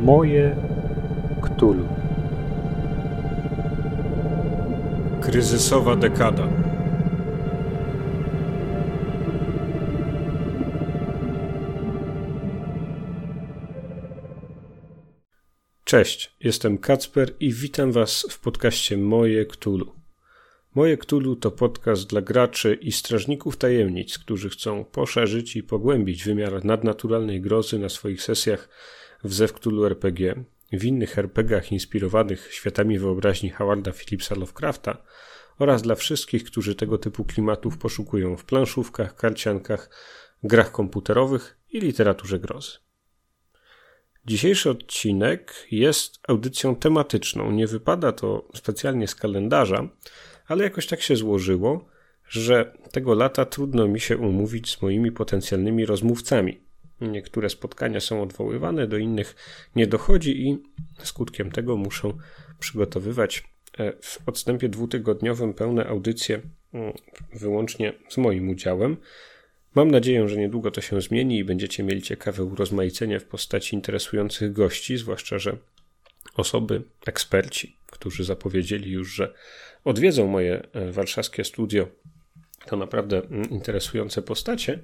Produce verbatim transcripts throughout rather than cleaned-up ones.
Moje Cthulhu. Kryzysowa dekada. Cześć, jestem Kacper i witam Was w podcaście Moje Cthulhu. Moje Cthulhu to podcast dla graczy i strażników tajemnic, którzy chcą poszerzyć i pogłębić wymiar nadnaturalnej grozy na swoich sesjach w Zew Cthulhu R P G, w innych er pe gach inspirowanych światami wyobraźni Howarda Phillipsa Lovecrafta oraz dla wszystkich, którzy tego typu klimatów poszukują w planszówkach, karciankach, grach komputerowych i literaturze grozy. Dzisiejszy odcinek jest audycją tematyczną. Nie wypada to specjalnie z kalendarza, ale jakoś tak się złożyło, że tego lata trudno mi się umówić z moimi potencjalnymi rozmówcami. Niektóre spotkania są odwoływane, do innych nie dochodzi i skutkiem tego muszę przygotowywać w odstępie dwutygodniowym pełne audycje wyłącznie z moim udziałem. Mam nadzieję, że niedługo to się zmieni i będziecie mieli ciekawe urozmaicenie w postaci interesujących gości, zwłaszcza że osoby, eksperci, którzy zapowiedzieli już, że odwiedzą moje warszawskie studio, to naprawdę interesujące postacie.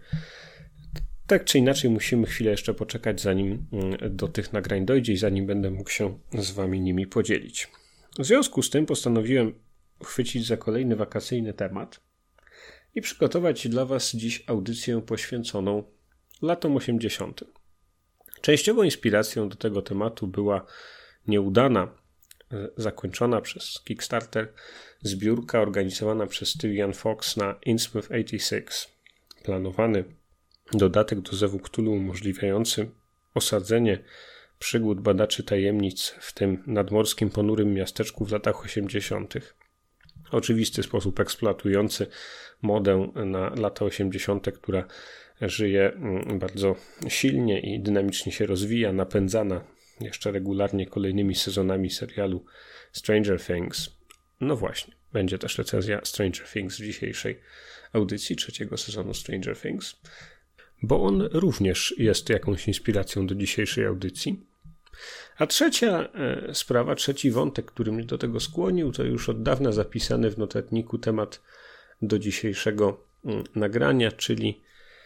Tak czy inaczej musimy chwilę jeszcze poczekać, zanim do tych nagrań dojdzie i zanim będę mógł się z Wami nimi podzielić. W związku z tym postanowiłem chwycić za kolejny wakacyjny temat i przygotować dla Was dziś audycję poświęconą latom osiemdziesiątym. Częściową inspiracją do tego tematu była nieudana, zakończona przez Kickstarter zbiórka organizowana przez Steve Fox na Innsmouth osiemdziesiąt sześć. Planowany dodatek do Zewu Cthulhu umożliwiający osadzenie przygód badaczy tajemnic w tym nadmorskim ponurym miasteczku w latach osiemdziesiątych. Oczywisty sposób eksploatujący modę na lata osiemdziesiąte, która żyje bardzo silnie i dynamicznie się rozwija, napędzana jeszcze regularnie kolejnymi sezonami serialu Stranger Things. No właśnie, będzie też recenzja Stranger Things w dzisiejszej audycji trzeciego sezonu Stranger Things, bo on również jest jakąś inspiracją do dzisiejszej audycji. A trzecia e, sprawa, trzeci wątek, który mnie do tego skłonił, to już od dawna zapisany w notatniku temat do dzisiejszego mm, nagrania, czyli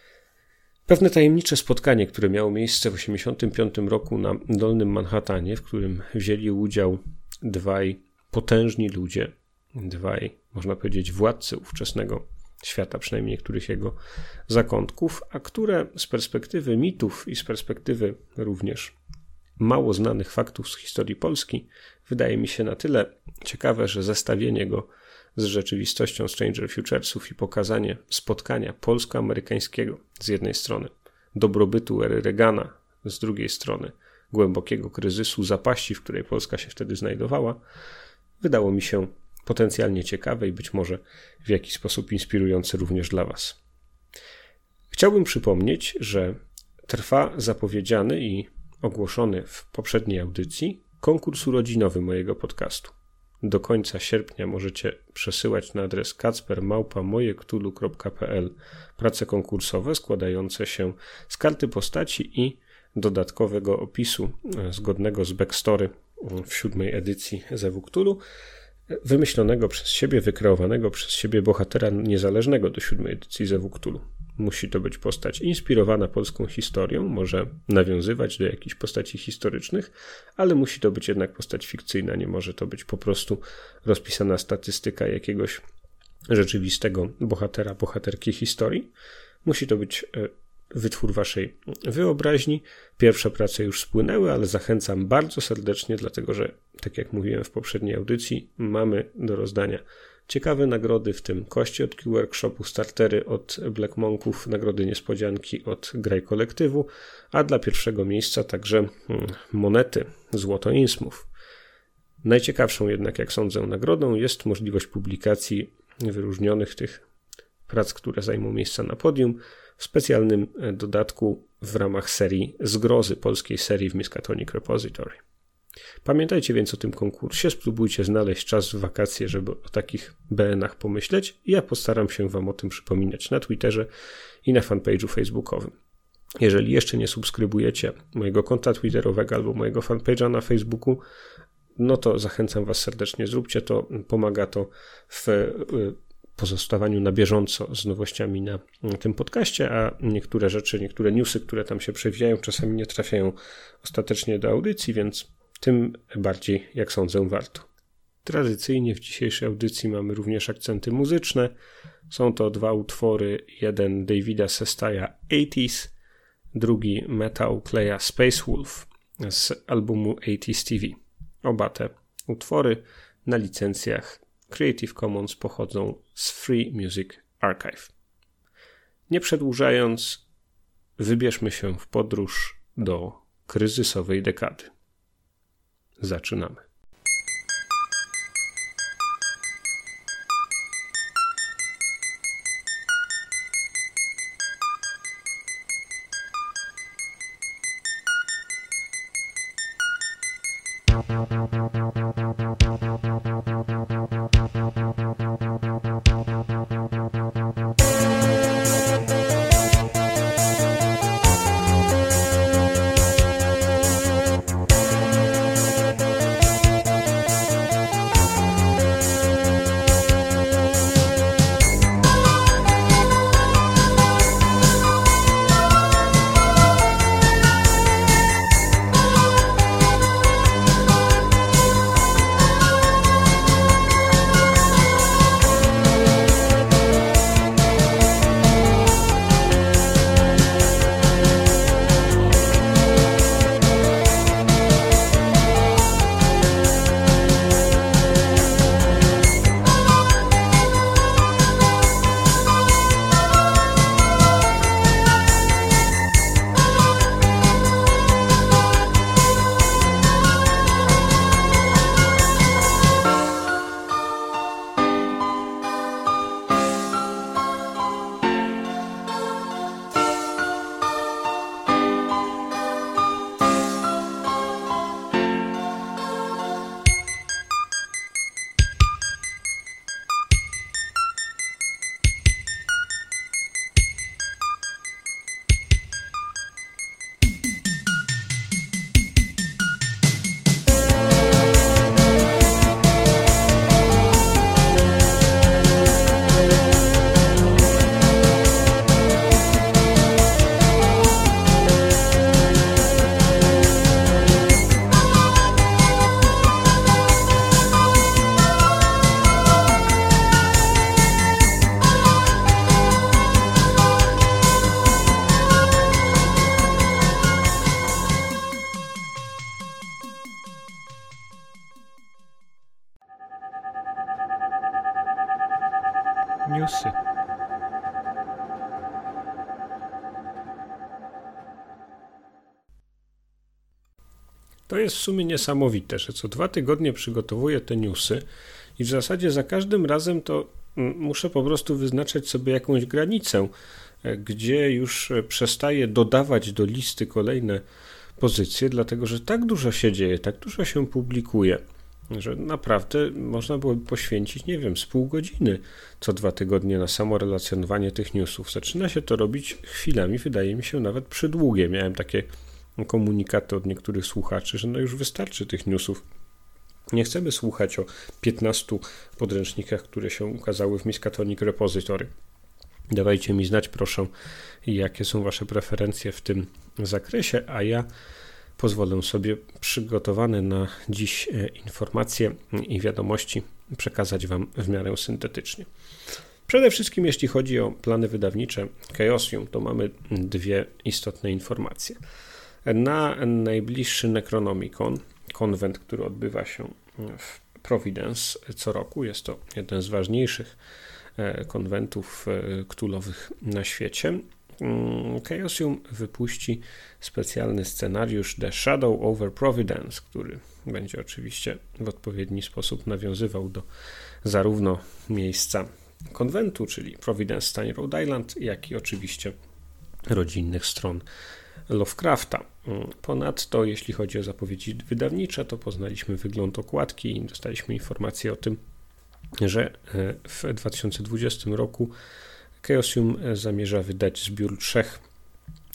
pewne tajemnicze spotkanie, które miało miejsce w osiemdziesiątym piątym roku na Dolnym Manhattanie, w którym wzięli udział dwaj potężni ludzie, dwaj, można powiedzieć, władcy ówczesnego świata, przynajmniej niektórych jego zakątków, a które z perspektywy mitów i z perspektywy również mało znanych faktów z historii Polski wydaje mi się na tyle ciekawe, że zestawienie go z rzeczywistością Stranger Futuresów i pokazanie spotkania polsko-amerykańskiego z jednej strony, dobrobytu ery Reagana, z drugiej strony głębokiego kryzysu, zapaści, w której Polska się wtedy znajdowała, wydało mi się potencjalnie ciekawe i być może w jakiś sposób inspirujące również dla Was. Chciałbym przypomnieć, że trwa zapowiedziany i ogłoszony w poprzedniej audycji konkurs urodzinowy mojego podcastu. Do końca sierpnia możecie przesyłać na adres kacper małpa moje cthulhu kropka p l prace konkursowe składające się z karty postaci i dodatkowego opisu zgodnego z backstory w siódmej edycji Zewu Cthulhu, wymyślonego przez siebie, wykreowanego przez siebie bohatera niezależnego do siódmej edycji Zewu Cthulhu. Musi to być postać inspirowana polską historią, może nawiązywać do jakichś postaci historycznych, ale musi to być jednak postać fikcyjna, nie może to być po prostu rozpisana statystyka jakiegoś rzeczywistego bohatera, bohaterki historii. Musi to być wytwór Waszej wyobraźni. Pierwsze prace już spłynęły, ale zachęcam bardzo serdecznie, dlatego że, tak jak mówiłem w poprzedniej audycji, mamy do rozdania ciekawe nagrody, w tym kości od Q-Workshopu, startery od Black Monków, nagrody niespodzianki od Graj Kolektywu, a dla pierwszego miejsca także monety Złoto Innsmouth. Najciekawszą jednak, jak sądzę, nagrodą jest możliwość publikacji wyróżnionych tych prac, które zajmą miejsca na podium, w specjalnym dodatku w ramach serii Zgrozy, polskiej serii w Miskatonic Repository. Pamiętajcie więc o tym konkursie, spróbujcie znaleźć czas w wakacje, żeby o takich be enach pomyśleć i ja postaram się Wam o tym przypominać na Twitterze i na fanpage'u facebookowym. Jeżeli jeszcze nie subskrybujecie mojego konta twitterowego albo mojego fanpage'a na Facebooku, no to zachęcam Was serdecznie, zróbcie to, pomaga to w pozostawaniu na bieżąco z nowościami na tym podcaście, a niektóre rzeczy, niektóre newsy, które tam się przewijają, czasami nie trafiają ostatecznie do audycji, więc tym bardziej, jak sądzę, warto. Tradycyjnie w dzisiejszej audycji mamy również akcenty muzyczne. Są to dwa utwory, jeden Davida Sestaya osiemdziesiąte, drugi Metal Claya Space Wolf z albumu osiemdziesiąt T V. Oba te utwory na licencjach Creative Commons pochodzą z Free Music Archive. Nie przedłużając, wybierzmy się w podróż do kryzysowej dekady. Zaczynamy. Newsy. To jest w sumie niesamowite, że co dwa tygodnie przygotowuję te newsy i w zasadzie za każdym razem to muszę po prostu wyznaczać sobie jakąś granicę, gdzie już przestaję dodawać do listy kolejne pozycje, dlatego że tak dużo się dzieje, tak dużo się publikuje, że naprawdę można byłoby poświęcić, nie wiem, z pół godziny co dwa tygodnie na samo relacjonowanie tych newsów. Zaczyna się to robić chwilami, wydaje mi się, nawet przydługie. Miałem takie komunikaty od niektórych słuchaczy, że no już wystarczy tych newsów. Nie chcemy słuchać o piętnastu podręcznikach, które się ukazały w Miskatonic Repository. Dawajcie mi znać, proszę, jakie są wasze preferencje w tym zakresie, a ja pozwolę sobie przygotowane na dziś informacje i wiadomości przekazać wam w miarę syntetycznie. Przede wszystkim jeśli chodzi o plany wydawnicze Chaosium, to mamy dwie istotne informacje. Na najbliższy Necronomicon, konwent, który odbywa się w Providence co roku, jest to jeden z ważniejszych konwentów cthulhowych na świecie, Chaosium wypuści specjalny scenariusz The Shadow over Providence, który będzie oczywiście w odpowiedni sposób nawiązywał do zarówno miejsca konwentu, czyli Providence, stanie Rhode Island, jak i oczywiście rodzinnych stron Lovecrafta. Ponadto, jeśli chodzi o zapowiedzi wydawnicze, to poznaliśmy wygląd okładki i dostaliśmy informację o tym, że w dwa tysiące dwudziestym roku Chaosium zamierza wydać zbiór trzech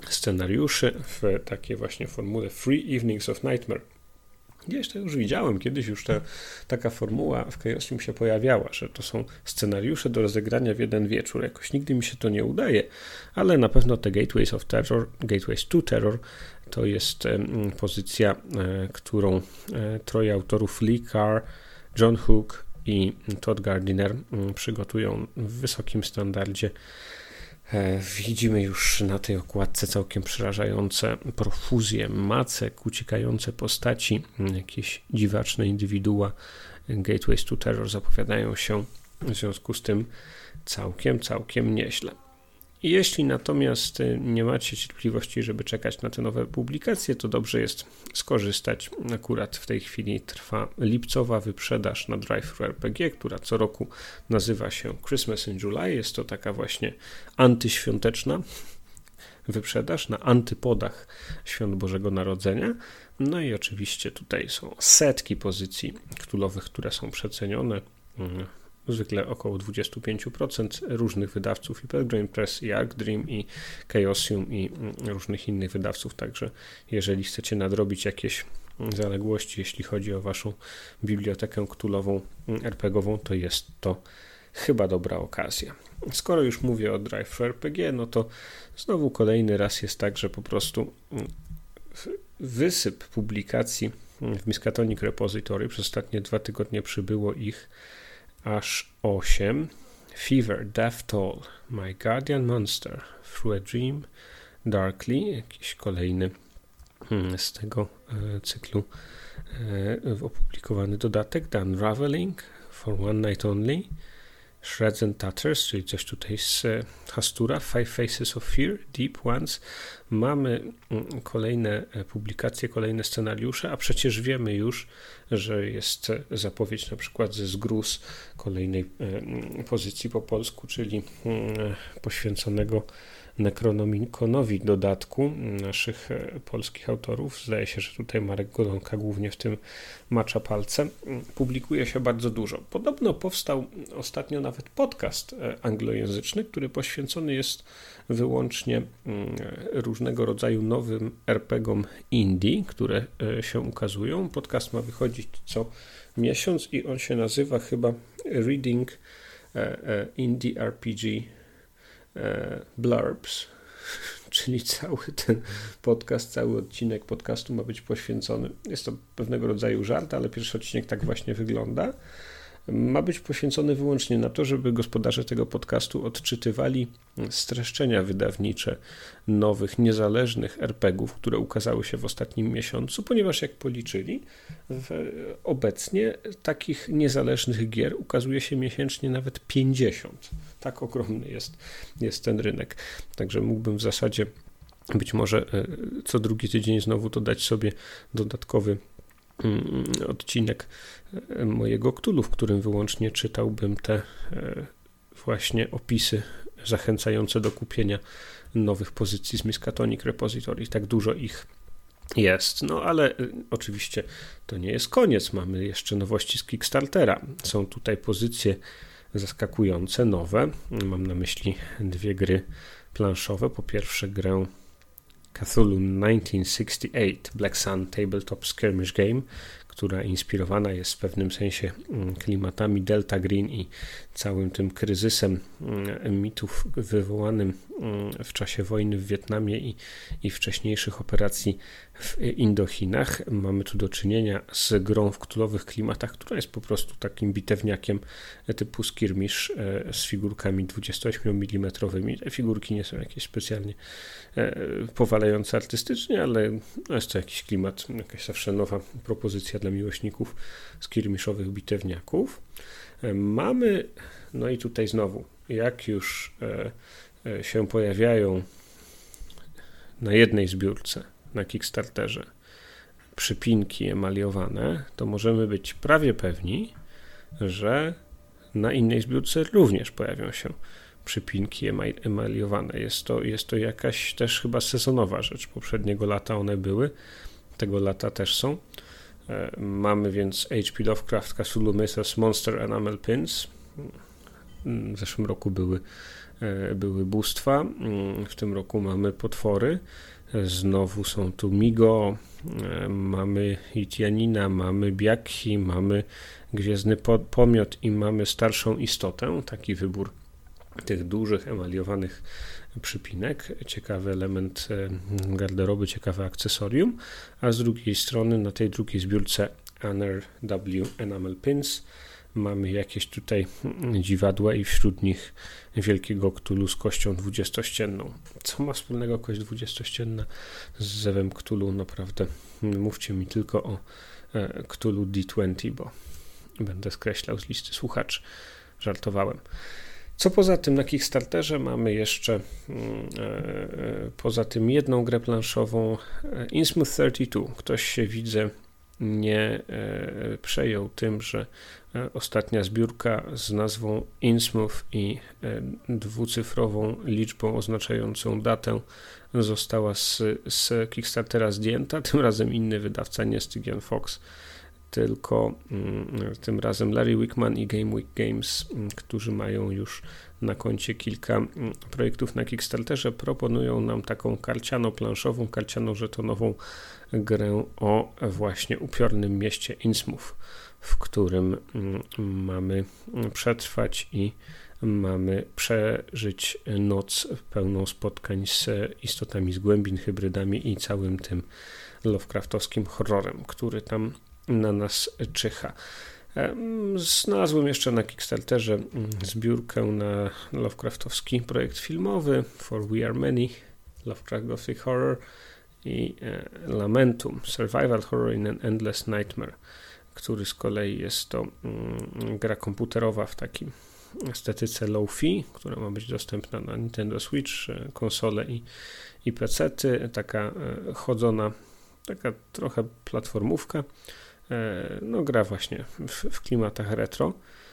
scenariuszy w takiej właśnie formule Three Evenings of Nightmare. Gdzieś to już widziałem, kiedyś już ta, taka formuła w Chaosium się pojawiała, że to są scenariusze do rozegrania w jeden wieczór. Jakoś nigdy mi się to nie udaje, ale na pewno te Gateways of Terror, Gateways to Terror to jest e, pozycja, e, którą e, troje autorów Lee Carr, John Hook i Todd Gardiner m, przygotują w wysokim standardzie. Widzimy już na tej okładce całkiem przerażające profuzje macek, uciekające postaci, jakieś dziwaczne indywidua. Gateways to Terror zapowiadają się w związku z tym całkiem, całkiem nieźle. Jeśli natomiast nie macie cierpliwości, żeby czekać na te nowe publikacje, to dobrze jest skorzystać. Akurat w tej chwili trwa lipcowa wyprzedaż na Drive-Thru R P G, która co roku nazywa się Christmas in July. Jest to taka właśnie antyświąteczna wyprzedaż na antypodach Świąt Bożego Narodzenia. No i oczywiście tutaj są setki pozycji Cthulhowych, które są przecenione. Zwykle około dwadzieścia pięć procent różnych wydawców, i Pelgrane Press, i Arc Dream, i Chaosium, i różnych innych wydawców. Także jeżeli chcecie nadrobić jakieś zaległości, jeśli chodzi o waszą bibliotekę Cthulhową, er pe gie ową, to jest to chyba dobra okazja. Skoro już mówię o Drive-Thru R P G, no to znowu kolejny raz jest tak, że po prostu wysyp publikacji w Miskatonic Repository, przez ostatnie dwa tygodnie przybyło ich aż osiem. Fever, Death Toll, My Guardian Monster, Through a Dream, Darkly, jakiś kolejny z tego cyklu opublikowany dodatek, The Unraveling, For One Night Only, Shreds and Tatters, czyli coś tutaj z Hastura, Five Faces of Fear, Deep Ones. Mamy kolejne publikacje, kolejne scenariusze, a przecież wiemy już, że jest zapowiedź na przykład ze Zgruz kolejnej pozycji po polsku, czyli poświęconego Necronomiconowi dodatku naszych polskich autorów. Zdaje się, że tutaj Marek Golonka głównie w tym macza palce. Publikuje się bardzo dużo. Podobno powstał ostatnio nawet podcast anglojęzyczny, który poświęcony jest wyłącznie różnego rodzaju nowym er pe gie om indie, które się ukazują. Podcast ma wychodzić co miesiąc i on się nazywa chyba Reading Indie er pe gie Blurbs, czyli cały ten podcast, cały odcinek podcastu ma być poświęcony, jest to pewnego rodzaju żart, ale pierwszy odcinek tak właśnie wygląda, ma być poświęcony wyłącznie na to, żeby gospodarze tego podcastu odczytywali streszczenia wydawnicze nowych, niezależnych er pe gie ów, które ukazały się w ostatnim miesiącu, ponieważ jak policzyli, w, obecnie takich niezależnych gier ukazuje się miesięcznie nawet pięćdziesiąt. Tak ogromny jest, jest ten rynek. Także mógłbym w zasadzie być może co drugi tydzień znowu to dać sobie dodatkowy odcinek mojego Cthulhu, w którym wyłącznie czytałbym te właśnie opisy zachęcające do kupienia nowych pozycji z Miskatonic Repository. Tak dużo ich jest. No ale oczywiście to nie jest koniec. Mamy jeszcze nowości z Kickstartera. Są tutaj pozycje zaskakujące, nowe. Mam na myśli dwie gry planszowe. Po pierwsze grę Cthulhu tysiąc dziewięćset sześćdziesiąt osiem Black Sun Tabletop Skirmish Game, która inspirowana jest w pewnym sensie klimatami Delta Green i całym tym kryzysem mitów wywołanym w czasie wojny w Wietnamie i, i wcześniejszych operacji w Indochinach. Mamy tu do czynienia z grą w cthulhowych klimatach, która jest po prostu takim bitewniakiem typu skirmish z figurkami dwudziestoośmiomilimetrowymi. Te figurki nie są jakieś specjalnie powalające artystycznie, ale jest to jakiś klimat, jakaś zawsze nowa propozycja dla miłośników skirmiszowych bitewniaków. Mamy, no i tutaj znowu, jak już się pojawiają na jednej zbiórce na Kickstarterze przypinki emaliowane, to możemy być prawie pewni, że na innej zbiórce również pojawią się przypinki emaliowane. Jest to, jest to jakaś też chyba sezonowa rzecz. Poprzedniego lata one były, tego lata też są. Mamy więc H P Lovecraft Cthulhu Mythos Monster Enamel Pins. W zeszłym roku były były bóstwa. W tym roku mamy potwory. Znowu są tu Migo, mamy Itianina, mamy Byakkhi, mamy Gwiezdny Pomiot i mamy Starszą Istotę. Taki wybór tych dużych, emaliowanych przypinek. Ciekawy element garderoby, ciekawe akcesorium. A z drugiej strony na tej drugiej zbiórce Honor W Enamel Pins mamy jakieś tutaj dziwadła i wśród nich wielkiego Cthulhu z kością dwudziestościenną. Co ma wspólnego kość dwudziestościenna z zewem Cthulhu? Naprawdę mówcie mi tylko o Cthulhu D dwadzieścia, bo będę skreślał z listy słuchaczy. Żartowałem. Co poza tym na Kickstarterze mamy jeszcze poza tym jedną grę planszową Innsmouth trzydzieści dwa. Ktoś się, widzę, nie przejął tym, że ostatnia zbiórka z nazwą Innsmouth i dwucyfrową liczbą oznaczającą datę została z, z Kickstartera zdjęta. Tym razem inny wydawca, nie Stygian Fox, tylko tym razem Larry Wickman i Game Week Games, którzy mają już na koncie kilka projektów na Kickstarterze, proponują nam taką karciano-planszową, karciano-żetonową grę o właśnie upiornym mieście Innsmouth, w którym mamy przetrwać i mamy przeżyć noc pełną spotkań z istotami z głębin, hybrydami i całym tym lovecraftowskim horrorem, który tam na nas czyha. Znalazłem jeszcze na Kickstarterze zbiórkę na lovecraftowski projekt filmowy For We Are Many, Lovecraft Gothic Horror i Lamentum, Survival Horror in an Endless Nightmare, który z kolei jest to gra komputerowa w takim estetyce low-fi, która ma być dostępna na Nintendo Switch, konsole i, i pecety, taka chodzona, taka trochę platformówka. No gra właśnie w, w klimatach retro.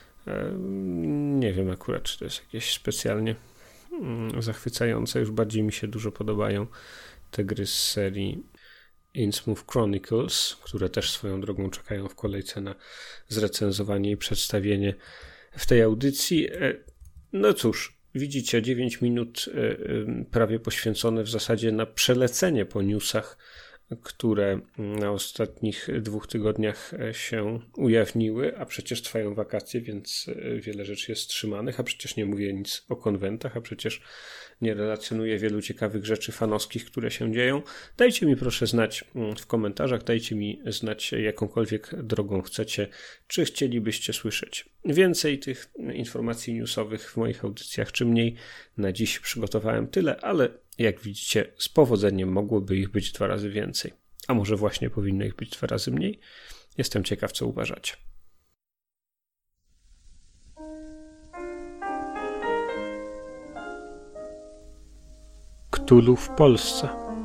Nie wiem akurat, czy to jest jakieś specjalnie zachwycające. Już bardziej mi się dużo podobają te gry z serii Innsmouth Chronicles, które też swoją drogą czekają w kolejce na zrecenzowanie i przedstawienie w tej audycji. No cóż, widzicie, dziewięć minut prawie poświęcone w zasadzie na przelecenie po newsach, które na ostatnich dwóch tygodniach się ujawniły, a przecież trwają wakacje, więc wiele rzeczy jest trzymanych, a przecież nie mówię nic o konwentach, a przecież nie relacjonuję wielu ciekawych rzeczy fanowskich, które się dzieją. Dajcie mi proszę znać w komentarzach, dajcie mi znać jakąkolwiek drogą chcecie, czy chcielibyście słyszeć więcej tych informacji newsowych w moich audycjach, czy mniej. Na dziś przygotowałem tyle, ale jak widzicie, z powodzeniem mogłoby ich być dwa razy więcej. A może właśnie powinno ich być dwa razy mniej? Jestem ciekaw, co uważacie. Cthulhu w Polsce.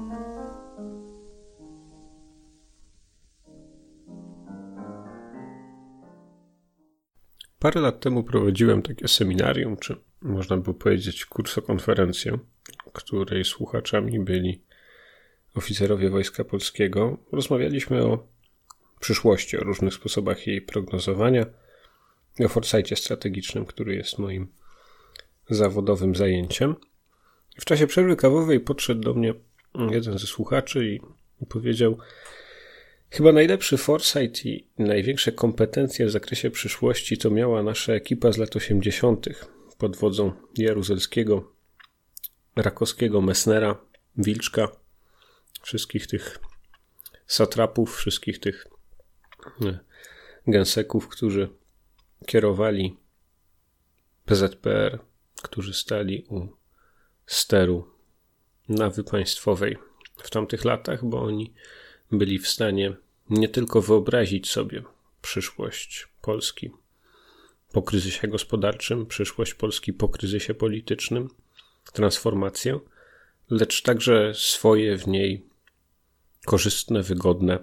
Parę lat temu prowadziłem takie seminarium, czy można by powiedzieć kursokonferencję, której słuchaczami byli oficerowie Wojska Polskiego. Rozmawialiśmy o przyszłości, o różnych sposobach jej prognozowania i o foresightie strategicznym, który jest moim zawodowym zajęciem. W czasie przerwy kawowej podszedł do mnie jeden ze słuchaczy i powiedział: chyba najlepszy foresight i największe kompetencje w zakresie przyszłości to miała nasza ekipa z lat osiemdziesiątych pod wodzą Jaruzelskiego, Rakowskiego, Messnera, Wilczka, wszystkich tych satrapów, wszystkich tych gęseków, którzy kierowali P Z P R, którzy stali u steru nawy państwowej w tamtych latach, bo oni byli w stanie nie tylko wyobrazić sobie przyszłość Polski po kryzysie gospodarczym, przyszłość Polski po kryzysie politycznym, transformację, lecz także swoje w niej korzystne, wygodne,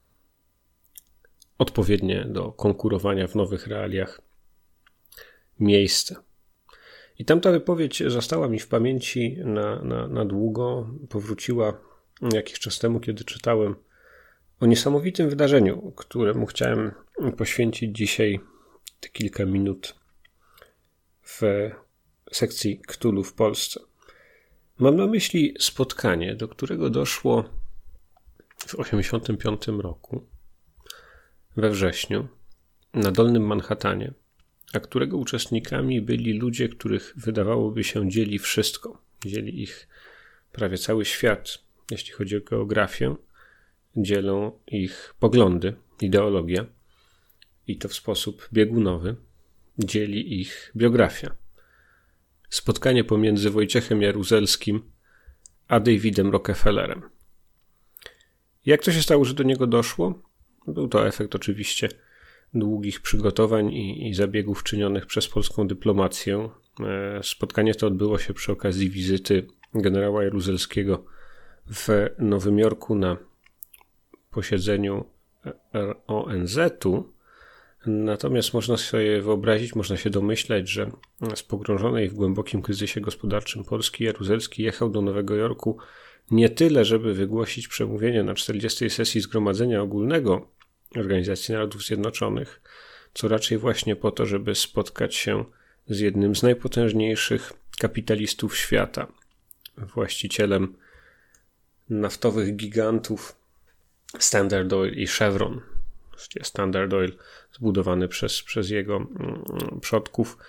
odpowiednie do konkurowania w nowych realiach miejsce. I tamta wypowiedź została mi w pamięci na, na, na długo, powróciła jakiś czas temu, kiedy czytałem o niesamowitym wydarzeniu, któremu chciałem poświęcić dzisiaj te kilka minut w sekcji Cthulhu w Polsce. Mam na myśli spotkanie, do którego doszło w tysiąc dziewięćset osiemdziesiątym piątym roku, we wrześniu, na Dolnym Manhattanie, a którego uczestnikami byli ludzie, których wydawałoby się dzieli wszystko. Dzieli ich prawie cały świat, jeśli chodzi o geografię. Dzielą ich poglądy, ideologia i to w sposób biegunowy. Dzieli ich biografia. Spotkanie pomiędzy Wojciechem Jaruzelskim a Davidem Rockefellerem. Jak to się stało, że do niego doszło? Był to efekt oczywiście długich przygotowań i, i zabiegów czynionych przez polską dyplomację. Spotkanie to odbyło się przy okazji wizyty generała Jaruzelskiego w Nowym Jorku na posiedzeniu O N Z-u. Natomiast można sobie wyobrazić, można się domyśleć, że z pogrążonej w głębokim kryzysie gospodarczym Polski Jaruzelski jechał do Nowego Jorku nie tyle, żeby wygłosić przemówienie na czterdziestej sesji Zgromadzenia Ogólnego Organizacji Narodów Zjednoczonych, co raczej właśnie po to, żeby spotkać się z jednym z najpotężniejszych kapitalistów świata, właścicielem naftowych gigantów Standard Oil i Chevron. Standard Oil, zbudowany przez, przez jego przodków,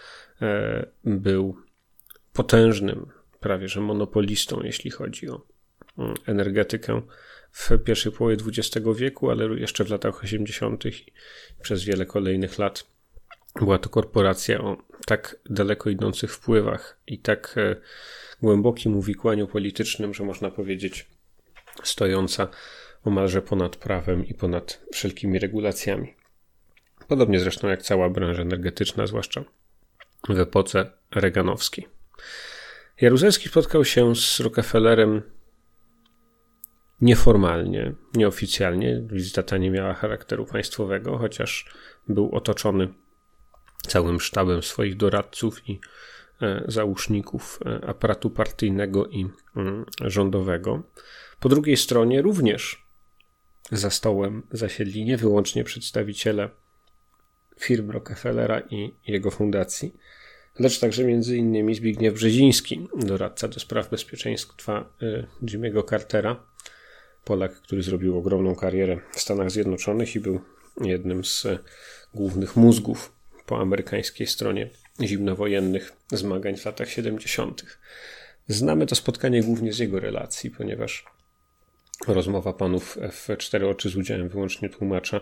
był potężnym, prawie że monopolistą, jeśli chodzi o energetykę w pierwszej połowie dwudziestego wieku, ale jeszcze w latach osiemdziesiątych i przez wiele kolejnych lat była to korporacja o tak daleko idących wpływach i tak głębokim uwikłaniu politycznym, że można powiedzieć stojąca omalże ponad prawem i ponad wszelkimi regulacjami. Podobnie zresztą jak cała branża energetyczna, zwłaszcza w epoce reaganowskiej. Jaruzelski spotkał się z Rockefellerem nieformalnie, nieoficjalnie. Wizyta ta nie miała charakteru państwowego, chociaż był otoczony całym sztabem swoich doradców i załóżników aparatu partyjnego i rządowego. Po drugiej stronie również za stołem zasiedli nie wyłącznie przedstawiciele firm Rockefellera i jego fundacji, lecz także między innymi Zbigniew Brzeziński, doradca do spraw bezpieczeństwa Jimmy'ego Cartera, Polak, który zrobił ogromną karierę w Stanach Zjednoczonych i był jednym z głównych mózgów po amerykańskiej stronie zimnowojennych zmagań w latach siedemdziesiątych. Znamy to spotkanie głównie z jego relacji, ponieważ rozmowa panów w cztery oczy z udziałem wyłącznie tłumacza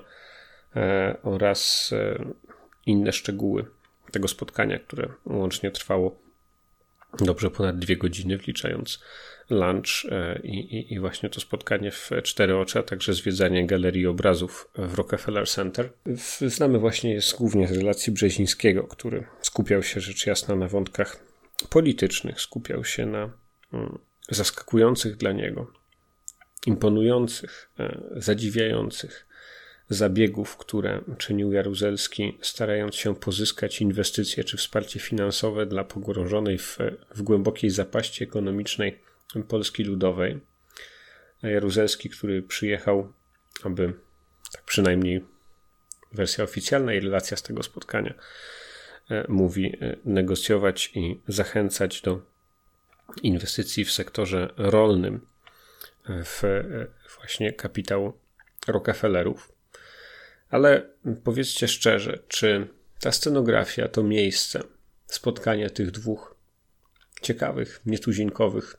e, oraz e, inne szczegóły tego spotkania, które łącznie trwało dobrze ponad dwie godziny, wliczając lunch e, i, i właśnie to spotkanie w cztery oczy, a także zwiedzanie galerii obrazów w Rockefeller Center. W, znamy właśnie jest głównie z relacji Brzezińskiego, który skupiał się rzecz jasna na wątkach politycznych, skupiał się na mm, zaskakujących dla niego, imponujących, zadziwiających zabiegów, które czynił Jaruzelski, starając się pozyskać inwestycje czy wsparcie finansowe dla pogrążonej w, w głębokiej zapaści ekonomicznej Polski Ludowej. Jaruzelski, który przyjechał, aby, tak przynajmniej wersja oficjalna i relacja z tego spotkania mówi, negocjować i zachęcać do inwestycji w sektorze rolnym w właśnie kapitał Rockefellerów. Ale powiedzcie szczerze, czy ta scenografia, to miejsce spotkania tych dwóch ciekawych, nietuzinkowych,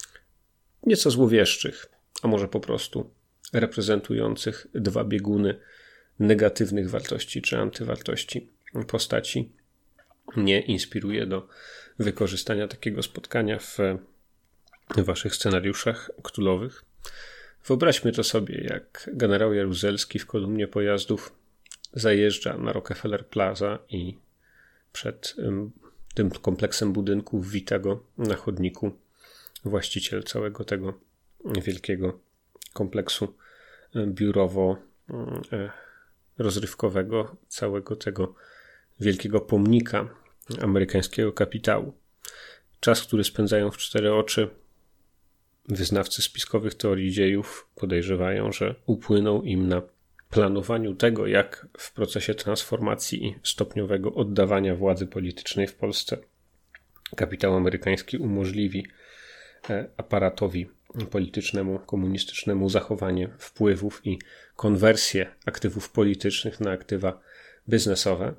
nieco złowieszczych, a może po prostu reprezentujących dwa bieguny negatywnych wartości czy antywartości postaci, nie inspiruje do wykorzystania takiego spotkania w waszych scenariuszach cthulhowych? Wyobraźmy to sobie, jak generał Jaruzelski w kolumnie pojazdów zajeżdża na Rockefeller Plaza i przed tym kompleksem budynków wita go na chodniku właściciel całego tego wielkiego kompleksu biurowo-rozrywkowego, całego tego wielkiego pomnika amerykańskiego kapitału. Czas, który spędzają w cztery oczy, wyznawcy spiskowych teorii dziejów podejrzewają, że upłynął im na planowaniu tego, jak w procesie transformacji i stopniowego oddawania władzy politycznej w Polsce kapitał amerykański umożliwi aparatowi politycznemu, komunistycznemu zachowanie wpływów i konwersję aktywów politycznych na aktywa biznesowe.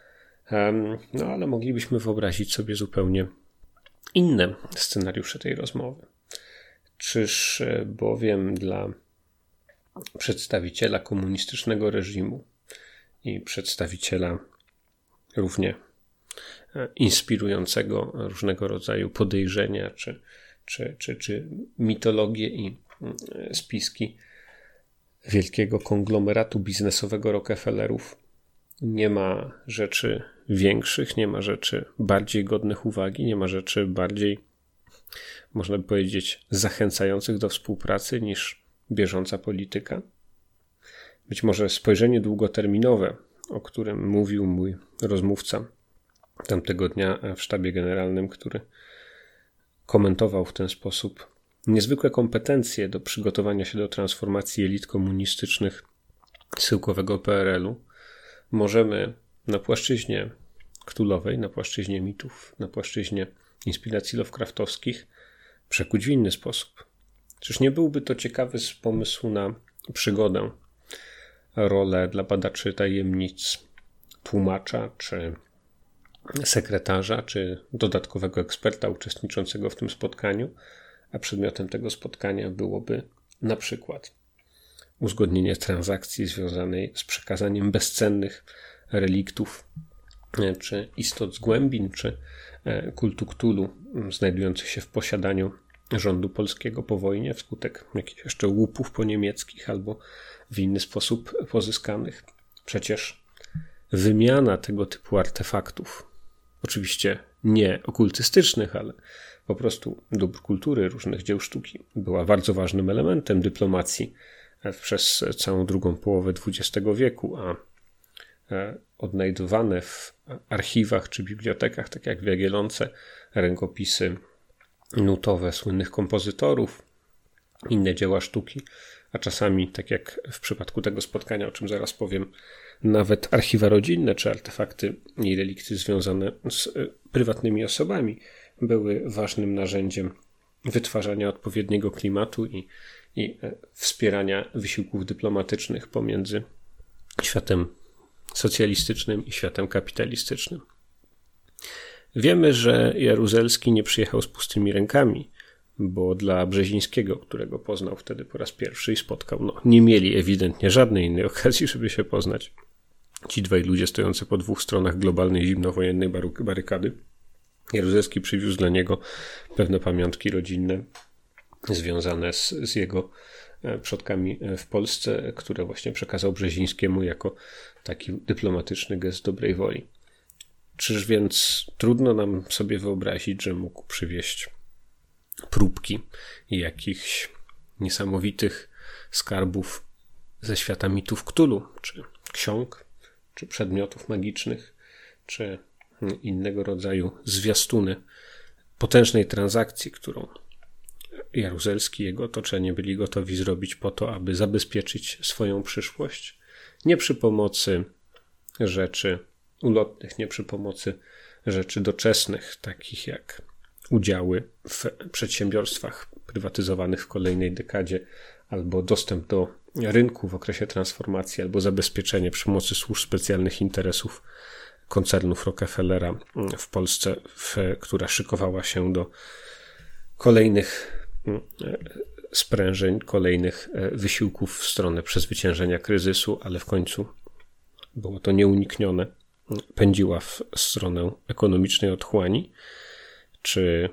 No ale moglibyśmy wyobrazić sobie zupełnie inne scenariusze tej rozmowy. Czyż bowiem dla przedstawiciela komunistycznego reżimu i przedstawiciela równie inspirującego różnego rodzaju podejrzenia czy, czy, czy, czy mitologie i spiski wielkiego konglomeratu biznesowego Rockefellerów nie ma rzeczy większych, nie ma rzeczy bardziej godnych uwagi, nie ma rzeczy bardziej, można by powiedzieć, zachęcających do współpracy niż bieżąca polityka? Być może spojrzenie długoterminowe, o którym mówił mój rozmówca tamtego dnia w sztabie generalnym, który komentował w ten sposób niezwykłe kompetencje do przygotowania się do transformacji elit komunistycznych schyłkowego P R L u, możemy na płaszczyźnie Cthulhuowej, na płaszczyźnie mitów, na płaszczyźnie inspiracji Lovecraftowskich przekuć w inny sposób. Czyż nie byłby to ciekawy pomysł na przygodę, rolę dla badaczy tajemnic, tłumacza, czy sekretarza, czy dodatkowego eksperta uczestniczącego w tym spotkaniu, a przedmiotem tego spotkania byłoby na przykład uzgodnienie transakcji związanej z przekazaniem bezcennych reliktów, czy istot z głębin, czy kultu Cthulhu znajdujących się w posiadaniu rządu polskiego po wojnie wskutek jakichś jeszcze łupów poniemieckich albo w inny sposób pozyskanych. Przecież wymiana tego typu artefaktów, oczywiście nie okultystycznych, ale po prostu dóbr kultury, różnych dzieł sztuki, była bardzo ważnym elementem dyplomacji przez całą drugą połowę dwudziestego wieku, a odnajdowane w archiwach czy bibliotekach, tak jak w Jagiellonce, rękopisy nutowe słynnych kompozytorów, inne dzieła sztuki, a czasami, tak jak w przypadku tego spotkania, o czym zaraz powiem, nawet archiwa rodzinne czy artefakty i relikty związane z prywatnymi osobami były ważnym narzędziem wytwarzania odpowiedniego klimatu i, i wspierania wysiłków dyplomatycznych pomiędzy światem socjalistycznym i światem kapitalistycznym. Wiemy, że Jaruzelski nie przyjechał z pustymi rękami, bo dla Brzezińskiego, którego poznał wtedy po raz pierwszy i spotkał, no, nie mieli ewidentnie żadnej innej okazji, żeby się poznać. Ci dwaj ludzie stojący po dwóch stronach globalnej zimnowojennej barykady. Jaruzelski przywiózł dla niego pewne pamiątki rodzinne związane z, z jego przodkami w Polsce, które właśnie przekazał Brzezińskiemu jako taki dyplomatyczny gest dobrej woli. Czyż więc trudno nam sobie wyobrazić, że mógł przywieźć próbki i jakichś niesamowitych skarbów ze świata mitów Cthulhu, czy ksiąg, czy przedmiotów magicznych, czy innego rodzaju zwiastuny potężnej transakcji, którą Jaruzelski i jego otoczenie byli gotowi zrobić po to, aby zabezpieczyć swoją przyszłość, nie przy pomocy rzeczy ulotnych, nie przy pomocy rzeczy doczesnych, takich jak udziały w przedsiębiorstwach prywatyzowanych w kolejnej dekadzie, albo dostęp do rynku w okresie transformacji, albo zabezpieczenie przy pomocy służb specjalnych interesów koncernów Rockefellera w Polsce, w, która szykowała się do kolejnych sprężeń, kolejnych wysiłków w stronę przezwyciężenia kryzysu, ale w końcu było to nieuniknione. Pędziła w stronę ekonomicznej otchłani, czy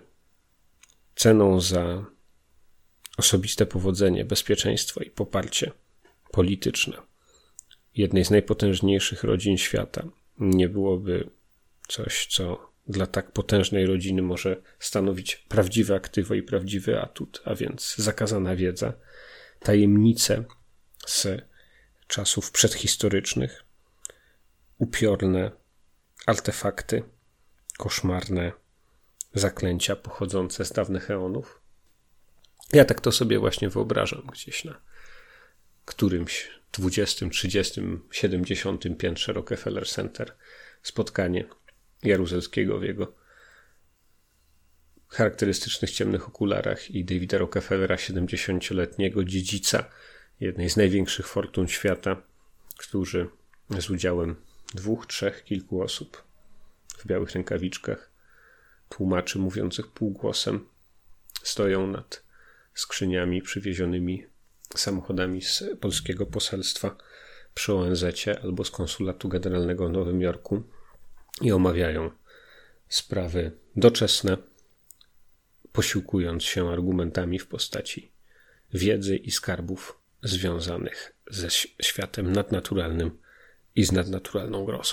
ceną za osobiste powodzenie, bezpieczeństwo i poparcie polityczne jednej z najpotężniejszych rodzin świata nie byłoby coś, co dla tak potężnej rodziny może stanowić prawdziwe aktywo i prawdziwy atut, a więc zakazana wiedza, tajemnice z czasów przedhistorycznych, upiorne artefakty, koszmarne zaklęcia pochodzące z dawnych eonów. Ja tak to sobie właśnie wyobrażam gdzieś na którymś dwudziestym, trzydziestym, siedemdziesiątym piętrze Rockefeller Center spotkanie Jaruzelskiego w jego charakterystycznych ciemnych okularach i Davida Rockefellera, siedemdziesięcioletniego dziedzica jednej z największych fortun świata, którzy z udziałem dwóch, trzech, kilku osób w białych rękawiczkach, tłumaczy mówiących półgłosem, stoją nad skrzyniami przywiezionymi samochodami z polskiego poselstwa przy O N Z-cie albo z konsulatu generalnego w Nowym Jorku i omawiają sprawy doczesne, posiłkując się argumentami w postaci wiedzy i skarbów związanych ze światem nadnaturalnym i z nadnaturalną grozą.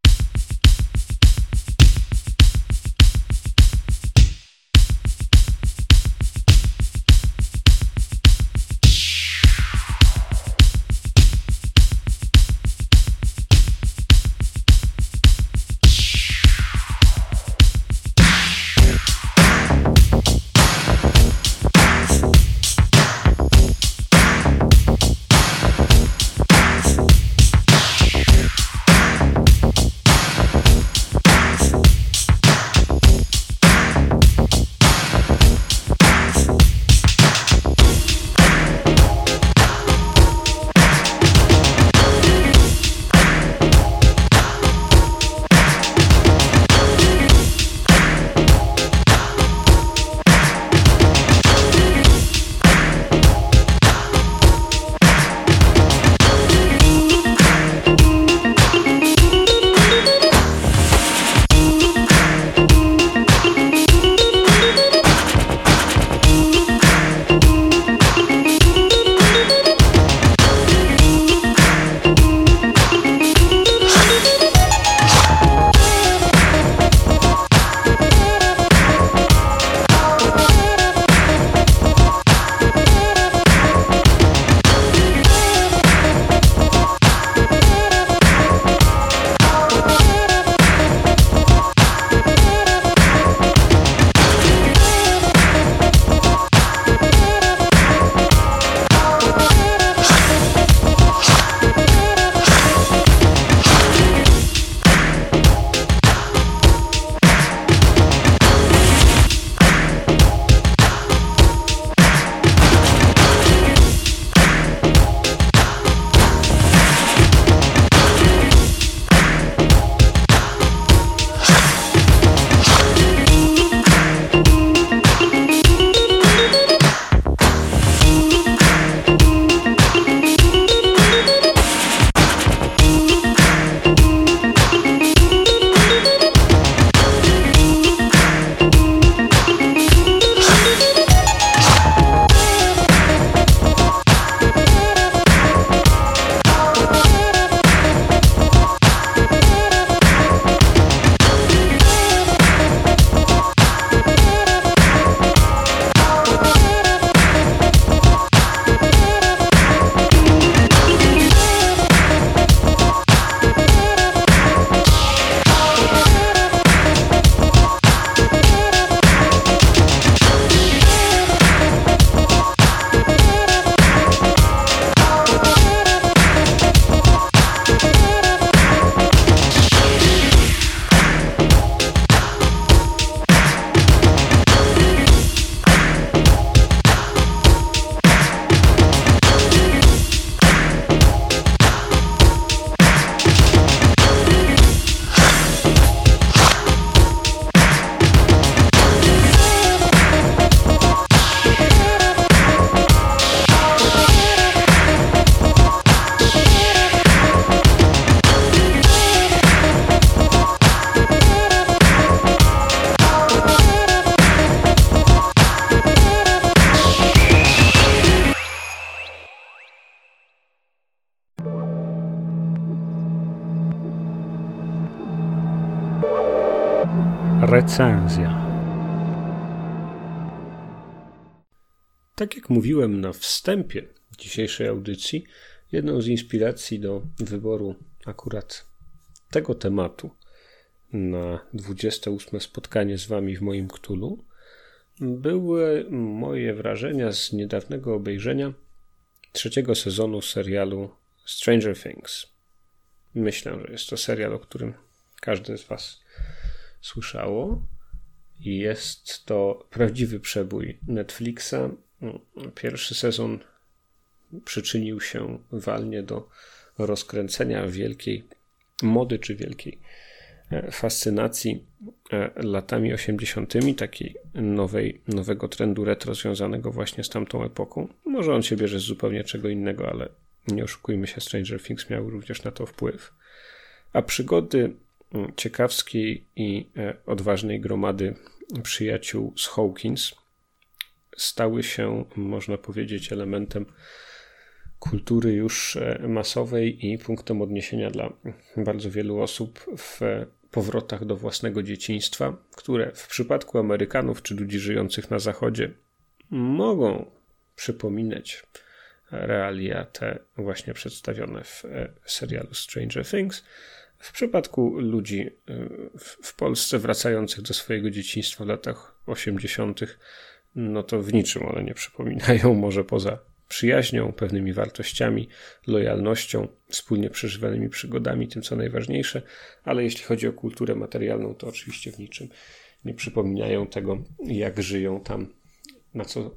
Recenzja. Tak jak mówiłem na wstępie dzisiejszej audycji, jedną z inspiracji do wyboru akurat tego tematu na dwudzieste ósme spotkanie z wami w moim Cthulhu były moje wrażenia z niedawnego obejrzenia trzeciego sezonu serialu Stranger Things. Myślę, że jest to serial, o którym każdy z was słyszało i jest to prawdziwy przebój Netflixa. Pierwszy sezon przyczynił się walnie do rozkręcenia wielkiej mody czy wielkiej fascynacji latami osiemdziesiątymi, takiej nowej, nowego trendu retro związanego właśnie z tamtą epoką. Może on się bierze z zupełnie czego innego, ale nie oszukujmy się, Stranger Things miały również na to wpływ. A przygody ciekawskiej i odważnej gromady przyjaciół z Hawkins stały się, można powiedzieć, elementem kultury już masowej i punktem odniesienia dla bardzo wielu osób w powrotach do własnego dzieciństwa, które w przypadku Amerykanów czy ludzi żyjących na zachodzie mogą przypominać realia te właśnie przedstawione w serialu Stranger Things. W przypadku ludzi w Polsce wracających do swojego dzieciństwa w latach osiemdziesiątych, no to w niczym one nie przypominają, może poza przyjaźnią, pewnymi wartościami, lojalnością, wspólnie przeżywanymi przygodami, tym co najważniejsze, ale jeśli chodzi o kulturę materialną, to oczywiście w niczym nie przypominają tego, jak żyją tam, na co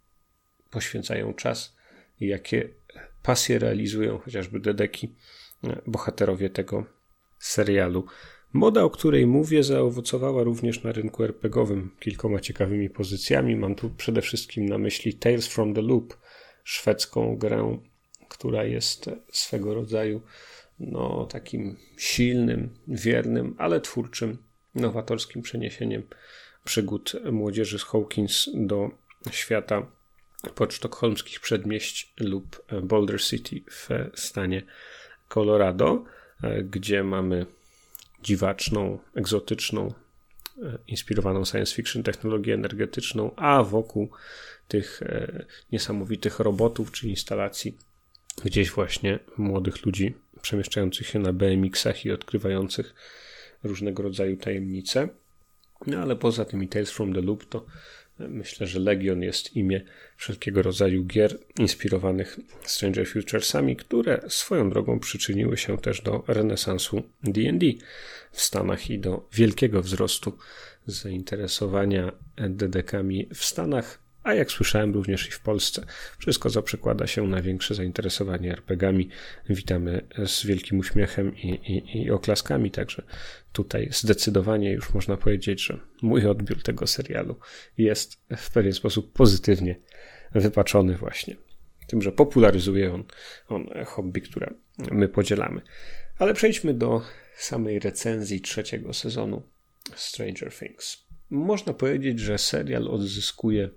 poświęcają czas i jakie pasje realizują chociażby dedeki, bohaterowie tego serialu. Moda, o której mówię, zaowocowała również na rynku er pe gie owym kilkoma ciekawymi pozycjami. Mam tu przede wszystkim na myśli Tales from the Loop, szwedzką grę, która jest swego rodzaju no, takim silnym, wiernym, ale twórczym, nowatorskim przeniesieniem przygód młodzieży z Hawkins do świata podsztokholmskich przedmieść lub Boulder City w stanie Colorado, gdzie mamy dziwaczną, egzotyczną, inspirowaną science fiction technologię energetyczną, a wokół tych niesamowitych robotów czy instalacji gdzieś właśnie młodych ludzi przemieszczających się na be em iksach i odkrywających różnego rodzaju tajemnice. No ale poza tymi Tales from the Loop to myślę, że Legion jest imię wszelkiego rodzaju gier inspirowanych Stranger Futuresami, które swoją drogą przyczyniły się też do renesansu D and D w Stanach i do wielkiego wzrostu zainteresowania dedekami w Stanach, a jak słyszałem również i w Polsce. Wszystko, co przekłada się na większe zainteresowanie er pe gie ami, witamy z wielkim uśmiechem i, i, i oklaskami, także tutaj zdecydowanie już można powiedzieć, że mój odbiór tego serialu jest w pewien sposób pozytywnie wypaczony właśnie tym, że popularyzuje on, on hobby, które my podzielamy. Ale przejdźmy do samej recenzji trzeciego sezonu Stranger Things. Można powiedzieć, że serial odzyskuje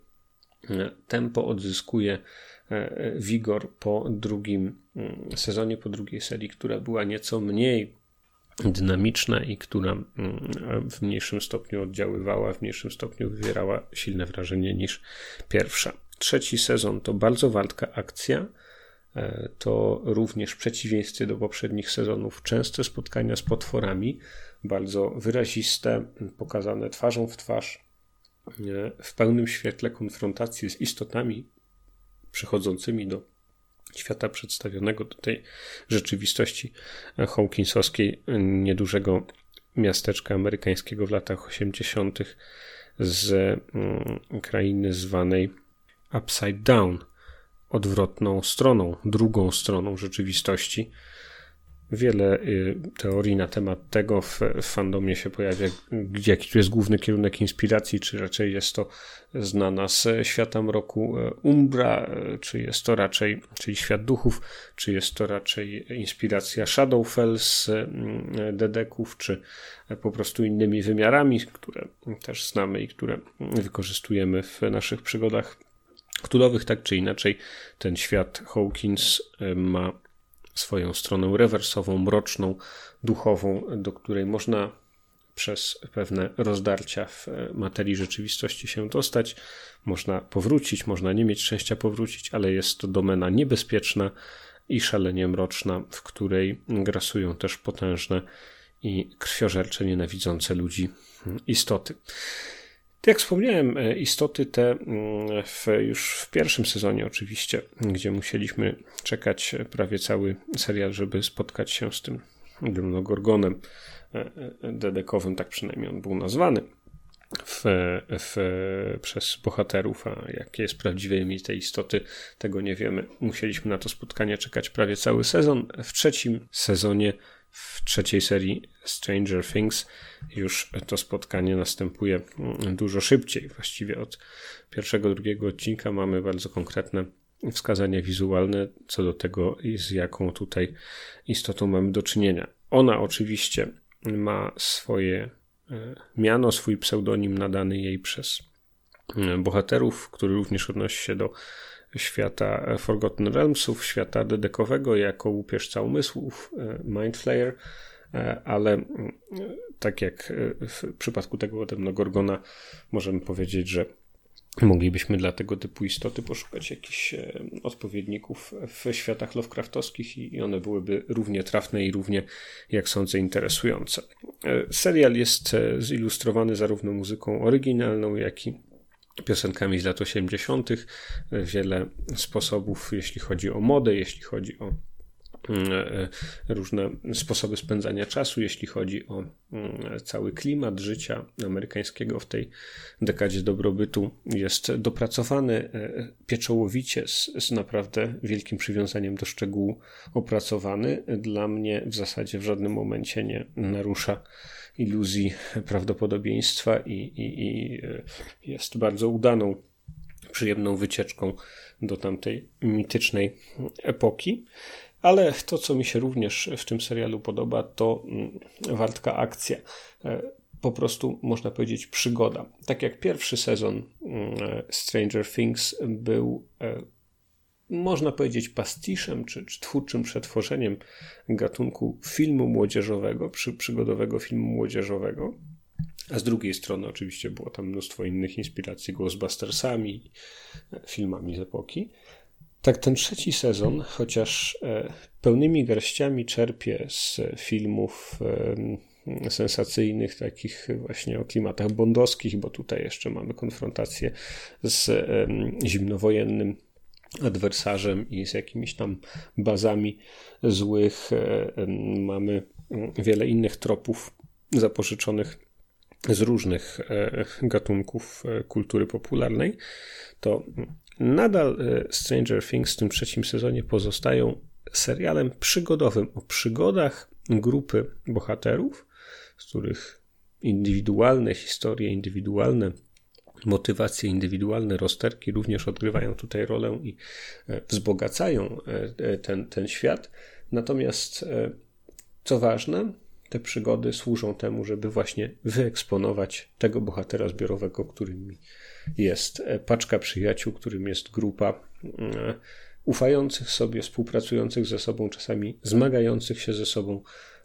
tempo, odzyskuje wigor po drugim sezonie, po drugiej serii, która była nieco mniej dynamiczna i która w mniejszym stopniu oddziaływała, w mniejszym stopniu wywierała silne wrażenie niż pierwsza. Trzeci sezon to bardzo walka akcja, to również w przeciwieństwie do poprzednich sezonów częste spotkania z potworami, bardzo wyraziste, pokazane twarzą w twarz, w pełnym świetle konfrontacji z istotami przychodzącymi do świata przedstawionego, do tej rzeczywistości hawkinsowskiej, niedużego miasteczka amerykańskiego w latach osiemdziesiątych z mm, krainy zwanej Upside Down, odwrotną stroną, drugą stroną rzeczywistości. Wiele y, teorii na temat tego w, w fandomie się pojawia, jaki tu jest główny kierunek inspiracji, czy raczej jest to znana z świata mroku Umbra, czy jest to raczej, czyli świat duchów, czy jest to raczej inspiracja Shadowfell z dedeków, czy po prostu innymi wymiarami, które też znamy i które wykorzystujemy w naszych przygodach cthulhowych. Tak czy inaczej, ten świat Hawkins ma swoją stronę rewersową, mroczną, duchową, do której można przez pewne rozdarcia w materii rzeczywistości się dostać. Można powrócić, można nie mieć szczęścia powrócić, ale jest to domena niebezpieczna i szalenie mroczna, w której grasują też potężne i krwiożercze, nienawidzące ludzi istoty. Jak wspomniałem, istoty te w, już w pierwszym sezonie oczywiście, gdzie musieliśmy czekać prawie cały serial, żeby spotkać się z tym Demogorgonem dedekowym, tak przynajmniej on był nazwany. w, w, przez bohaterów, a jakie jest prawdziwe imię tej istoty, tego nie wiemy. Musieliśmy na to spotkanie czekać prawie cały sezon. W trzecim sezonie, w trzeciej serii Stranger Things już to spotkanie następuje dużo szybciej. Właściwie od pierwszego, drugiego odcinka mamy bardzo konkretne wskazania wizualne co do tego, z jaką tutaj istotą mamy do czynienia. Ona oczywiście ma swoje miano, swój pseudonim nadany jej przez bohaterów, który również odnosi się do świata Forgotten Realmsów, świata dedekowego jako łupieżca umysłów, Mind Flayer, ale tak jak w przypadku tego Demogorgona możemy powiedzieć, że moglibyśmy dla tego typu istoty poszukać jakichś odpowiedników w światach Lovecraftowskich i one byłyby równie trafne i równie, jak sądzę, interesujące. Serial jest zilustrowany zarówno muzyką oryginalną, jak i piosenkami z lat osiemdziesiątych. Wiele sposobów, jeśli chodzi o modę, jeśli chodzi o różne sposoby spędzania czasu, jeśli chodzi o cały klimat życia amerykańskiego w tej dekadzie dobrobytu, jest dopracowany pieczołowicie, z, z naprawdę wielkim przywiązaniem do szczegółu opracowany. Dla mnie w zasadzie w żadnym momencie nie narusza iluzji prawdopodobieństwa i, i, i jest bardzo udaną, przyjemną wycieczką do tamtej mitycznej epoki. Ale to, co mi się również w tym serialu podoba, to wartka akcja. Po prostu, można powiedzieć, przygoda. Tak jak pierwszy sezon Stranger Things był, można powiedzieć, pastiszem, czy, czy twórczym przetworzeniem gatunku filmu młodzieżowego, przy, przygodowego filmu młodzieżowego, a z drugiej strony oczywiście było tam mnóstwo innych inspiracji Ghostbustersami, filmami z epoki. Tak, ten trzeci sezon, chociaż e, pełnymi garściami czerpie z filmów e, sensacyjnych, takich właśnie o klimatach bondowskich, bo tutaj jeszcze mamy konfrontację z e, zimnowojennym adwersarzem i z jakimiś tam bazami złych. E, e, mamy wiele innych tropów zapożyczonych z różnych e, gatunków e, kultury popularnej, to nadal Stranger Things w tym trzecim sezonie pozostają serialem przygodowym o przygodach grupy bohaterów, z których indywidualne historie, indywidualne motywacje, indywidualne rozterki również odgrywają tutaj rolę i wzbogacają ten, ten świat. Natomiast co ważne, te przygody służą temu, żeby właśnie wyeksponować tego bohatera zbiorowego, którym jest paczka przyjaciół, którym jest grupa ufających sobie, współpracujących ze sobą, czasami zmagających się ze sobą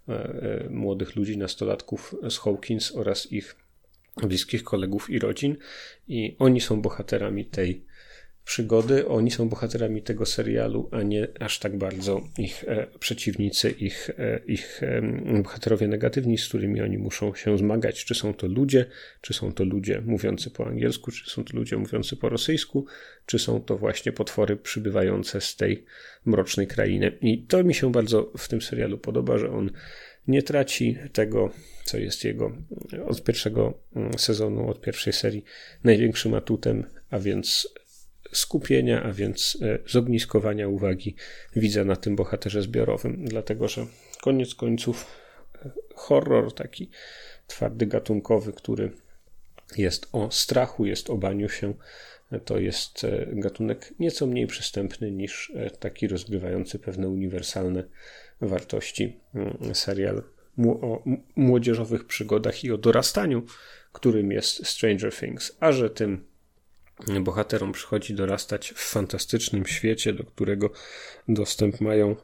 młodych ludzi, nastolatków z Hawkins oraz ich bliskich kolegów i rodzin. I oni są bohaterami tej przygody, oni są bohaterami tego serialu, a nie aż tak bardzo ich e, przeciwnicy, ich, e, ich e, bohaterowie negatywni, z którymi oni muszą się zmagać. Czy są to ludzie, czy są to ludzie mówiący po angielsku, czy są to ludzie mówiący po rosyjsku, czy są to właśnie potwory przybywające z tej mrocznej krainy. I to mi się bardzo w tym serialu podoba, że on nie traci tego, co jest jego od pierwszego sezonu, od pierwszej serii największym atutem, a więc skupienia, a więc zogniskowania uwagi widza na tym bohaterze zbiorowym, dlatego że koniec końców horror taki twardy, gatunkowy, który jest o strachu, jest o baniu się, to jest gatunek nieco mniej przystępny niż taki rozgrywający pewne uniwersalne wartości serial o młodzieżowych przygodach i o dorastaniu, którym jest Stranger Things, a że tym bohaterom przychodzi dorastać w fantastycznym świecie, do którego dostęp mają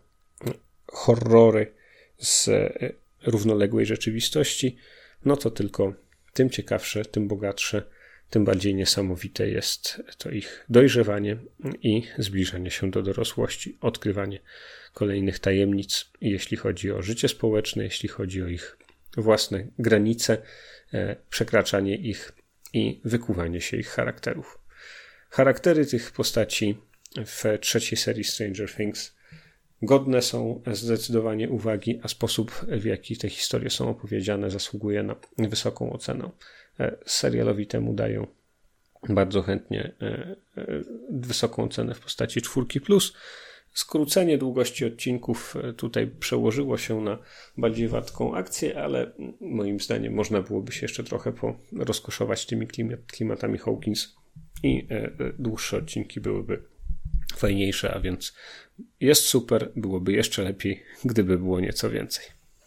horrory z równoległej rzeczywistości, no to tylko tym ciekawsze, tym bogatsze, tym bardziej niesamowite jest to ich dojrzewanie i zbliżanie się do dorosłości, odkrywanie kolejnych tajemnic, jeśli chodzi o życie społeczne, jeśli chodzi o ich własne granice, przekraczanie ich i wykuwanie się ich charakterów. Charaktery tych postaci w trzeciej serii Stranger Things godne są zdecydowanie uwagi, a sposób, w jaki te historie są opowiedziane, zasługuje na wysoką ocenę. serialowi temu dają bardzo chętnie wysoką cenę w postaci czwórki plus. Skrócenie długości odcinków tutaj przełożyło się na bardziej wartką akcję, ale moim zdaniem można byłoby się jeszcze trochę porozkoszować tymi klimatami Hawkins i dłuższe odcinki byłyby fajniejsze, a więc jest super, byłoby jeszcze lepiej, gdyby było nieco więcej.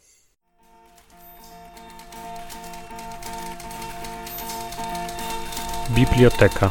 Biblioteka.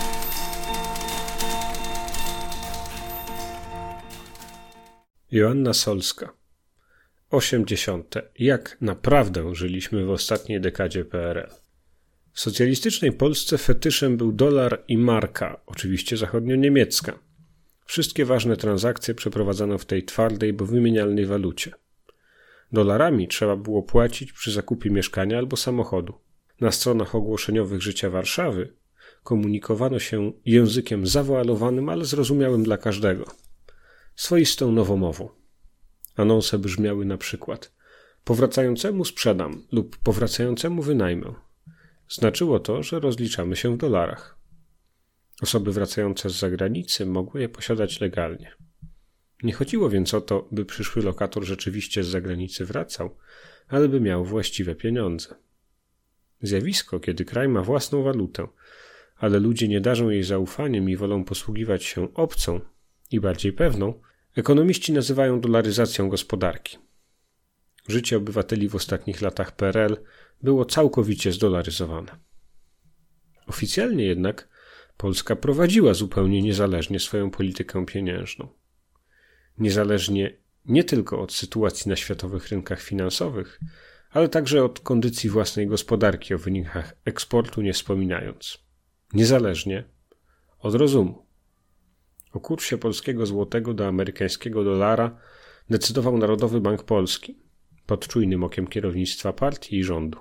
Joanna Solska. osiemdziesiąte. Jak naprawdę żyliśmy w ostatniej dekadzie P R L. W socjalistycznej Polsce fetyszem był dolar i marka, oczywiście zachodnio-niemiecka. Wszystkie ważne transakcje przeprowadzano w tej twardej, bo wymienialnej walucie. Dolarami trzeba było płacić przy zakupie mieszkania albo samochodu. Na stronach ogłoszeniowych Życia Warszawy komunikowano się językiem zawoalowanym, ale zrozumiałym dla każdego. Swoistą nowomową. Anonse brzmiały na przykład: powracającemu sprzedam lub powracającemu wynajmę. Znaczyło to, że rozliczamy się w dolarach. Osoby wracające z zagranicy mogły je posiadać legalnie. Nie chodziło więc o to, by przyszły lokator rzeczywiście z zagranicy wracał, ale by miał właściwe pieniądze. Zjawisko, kiedy kraj ma własną walutę, ale ludzie nie darzą jej zaufaniem i wolą posługiwać się obcą i bardziej pewną, ekonomiści nazywają dolaryzacją gospodarki. Życie obywateli w ostatnich latach P R L było całkowicie zdolaryzowane. Oficjalnie jednak Polska prowadziła zupełnie niezależnie swoją politykę pieniężną. Niezależnie nie tylko od sytuacji na światowych rynkach finansowych, ale także od kondycji własnej gospodarki, o wynikach eksportu nie wspominając. Niezależnie od rozumu. O kursie polskiego złotego do amerykańskiego dolara decydował Narodowy Bank Polski, pod czujnym okiem kierownictwa partii i rządu.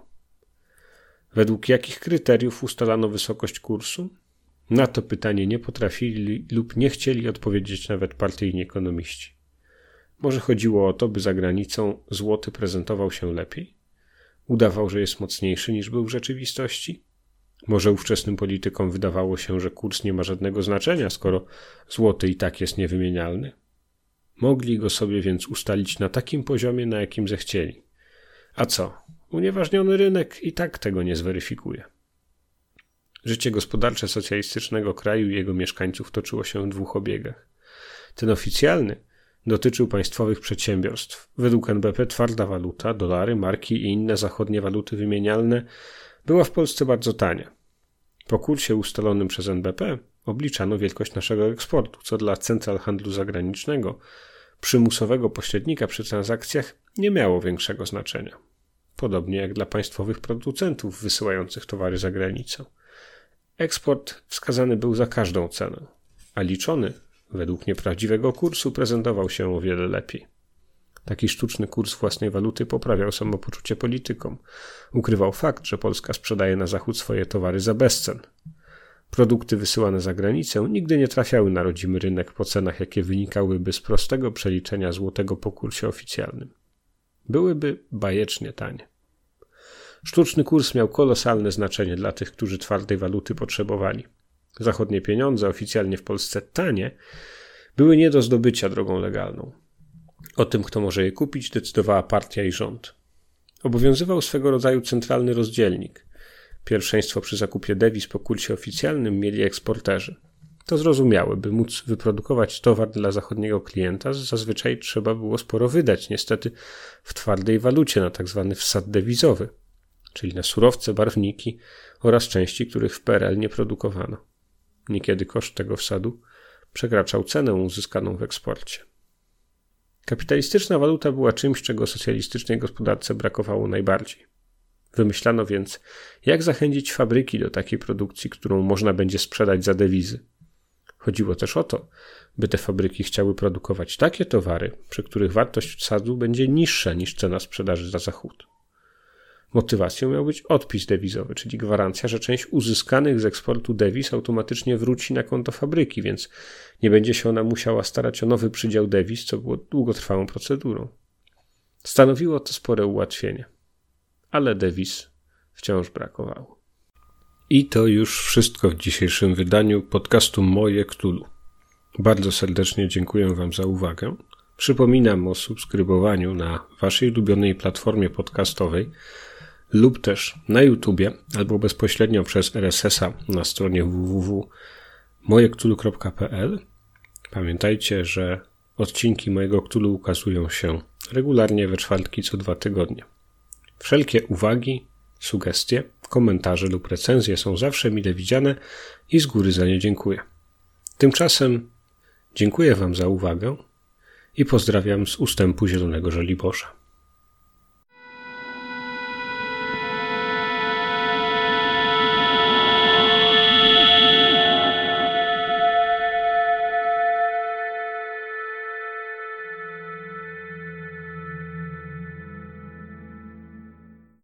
Według jakich kryteriów ustalano wysokość kursu? Na to pytanie nie potrafili lub nie chcieli odpowiedzieć nawet partyjni ekonomiści. Może chodziło o to, by za granicą złoty prezentował się lepiej? Udawał, że jest mocniejszy niż był w rzeczywistości? Może ówczesnym politykom wydawało się, że kurs nie ma żadnego znaczenia, skoro złoty i tak jest niewymienialny? Mogli go sobie więc ustalić na takim poziomie, na jakim zechcieli. A co? Unieważniony rynek i tak tego nie zweryfikuje. Życie gospodarcze socjalistycznego kraju i jego mieszkańców toczyło się w dwóch obiegach. Ten oficjalny dotyczył państwowych przedsiębiorstw. Według N B P twarda waluta, dolary, marki i inne zachodnie waluty wymienialne była w Polsce bardzo tania. Po kursie ustalonym przez N B P obliczano wielkość naszego eksportu, co dla central handlu zagranicznego, przymusowego pośrednika przy transakcjach, nie miało większego znaczenia. Podobnie jak dla państwowych producentów wysyłających towary za granicę. Eksport wskazany był za każdą cenę, a liczony, według nieprawdziwego kursu, prezentował się o wiele lepiej. Taki sztuczny kurs własnej waluty poprawiał samopoczucie politykom. Ukrywał fakt, że Polska sprzedaje na zachód swoje towary za bezcen. Produkty wysyłane za granicę nigdy nie trafiały na rodzimy rynek po cenach, jakie wynikałyby z prostego przeliczenia złotego po kursie oficjalnym. Byłyby bajecznie tanie. Sztuczny kurs miał kolosalne znaczenie dla tych, którzy twardej waluty potrzebowali. Zachodnie pieniądze, oficjalnie w Polsce tanie, były nie do zdobycia drogą legalną. O tym, kto może je kupić, decydowała partia i rząd. Obowiązywał swego rodzaju centralny rozdzielnik. Pierwszeństwo przy zakupie dewiz po kursie oficjalnym mieli eksporterzy. To zrozumiałe, by móc wyprodukować towar dla zachodniego klienta, zazwyczaj trzeba było sporo wydać, niestety w twardej walucie na tzw. wsad dewizowy, czyli na surowce, barwniki oraz części, których w P R L nie produkowano. Niekiedy koszt tego wsadu przekraczał cenę uzyskaną w eksporcie. Kapitalistyczna waluta była czymś, czego socjalistycznej gospodarce brakowało najbardziej. Wymyślano więc, jak zachęcić fabryki do takiej produkcji, którą można będzie sprzedać za dewizy. Chodziło też o to, by te fabryki chciały produkować takie towary, przy których wartość wsadu będzie niższa niż cena sprzedaży za zachód. Motywacją miał być odpis dewizowy, czyli gwarancja, że część uzyskanych z eksportu dewiz automatycznie wróci na konto fabryki, więc nie będzie się ona musiała starać o nowy przydział dewiz, co było długotrwałą procedurą. Stanowiło to spore ułatwienie, ale dewiz wciąż brakowało. I to już wszystko w dzisiejszym wydaniu podcastu Moje Cthulhu. Bardzo serdecznie dziękuję Wam za uwagę. Przypominam o subskrybowaniu na Waszej ulubionej platformie podcastowej lub też na YouTubie albo bezpośrednio przez R S S a na stronie w w w kropka moje cthulhu kropka p l. Pamiętajcie, że odcinki Mojego Cthulhu ukazują się regularnie we czwartki co dwa tygodnie. Wszelkie uwagi, sugestie, komentarze lub recenzje są zawsze mile widziane i z góry za nie dziękuję. Tymczasem dziękuję Wam za uwagę i pozdrawiam z ustępu Zielonego Żoliborza.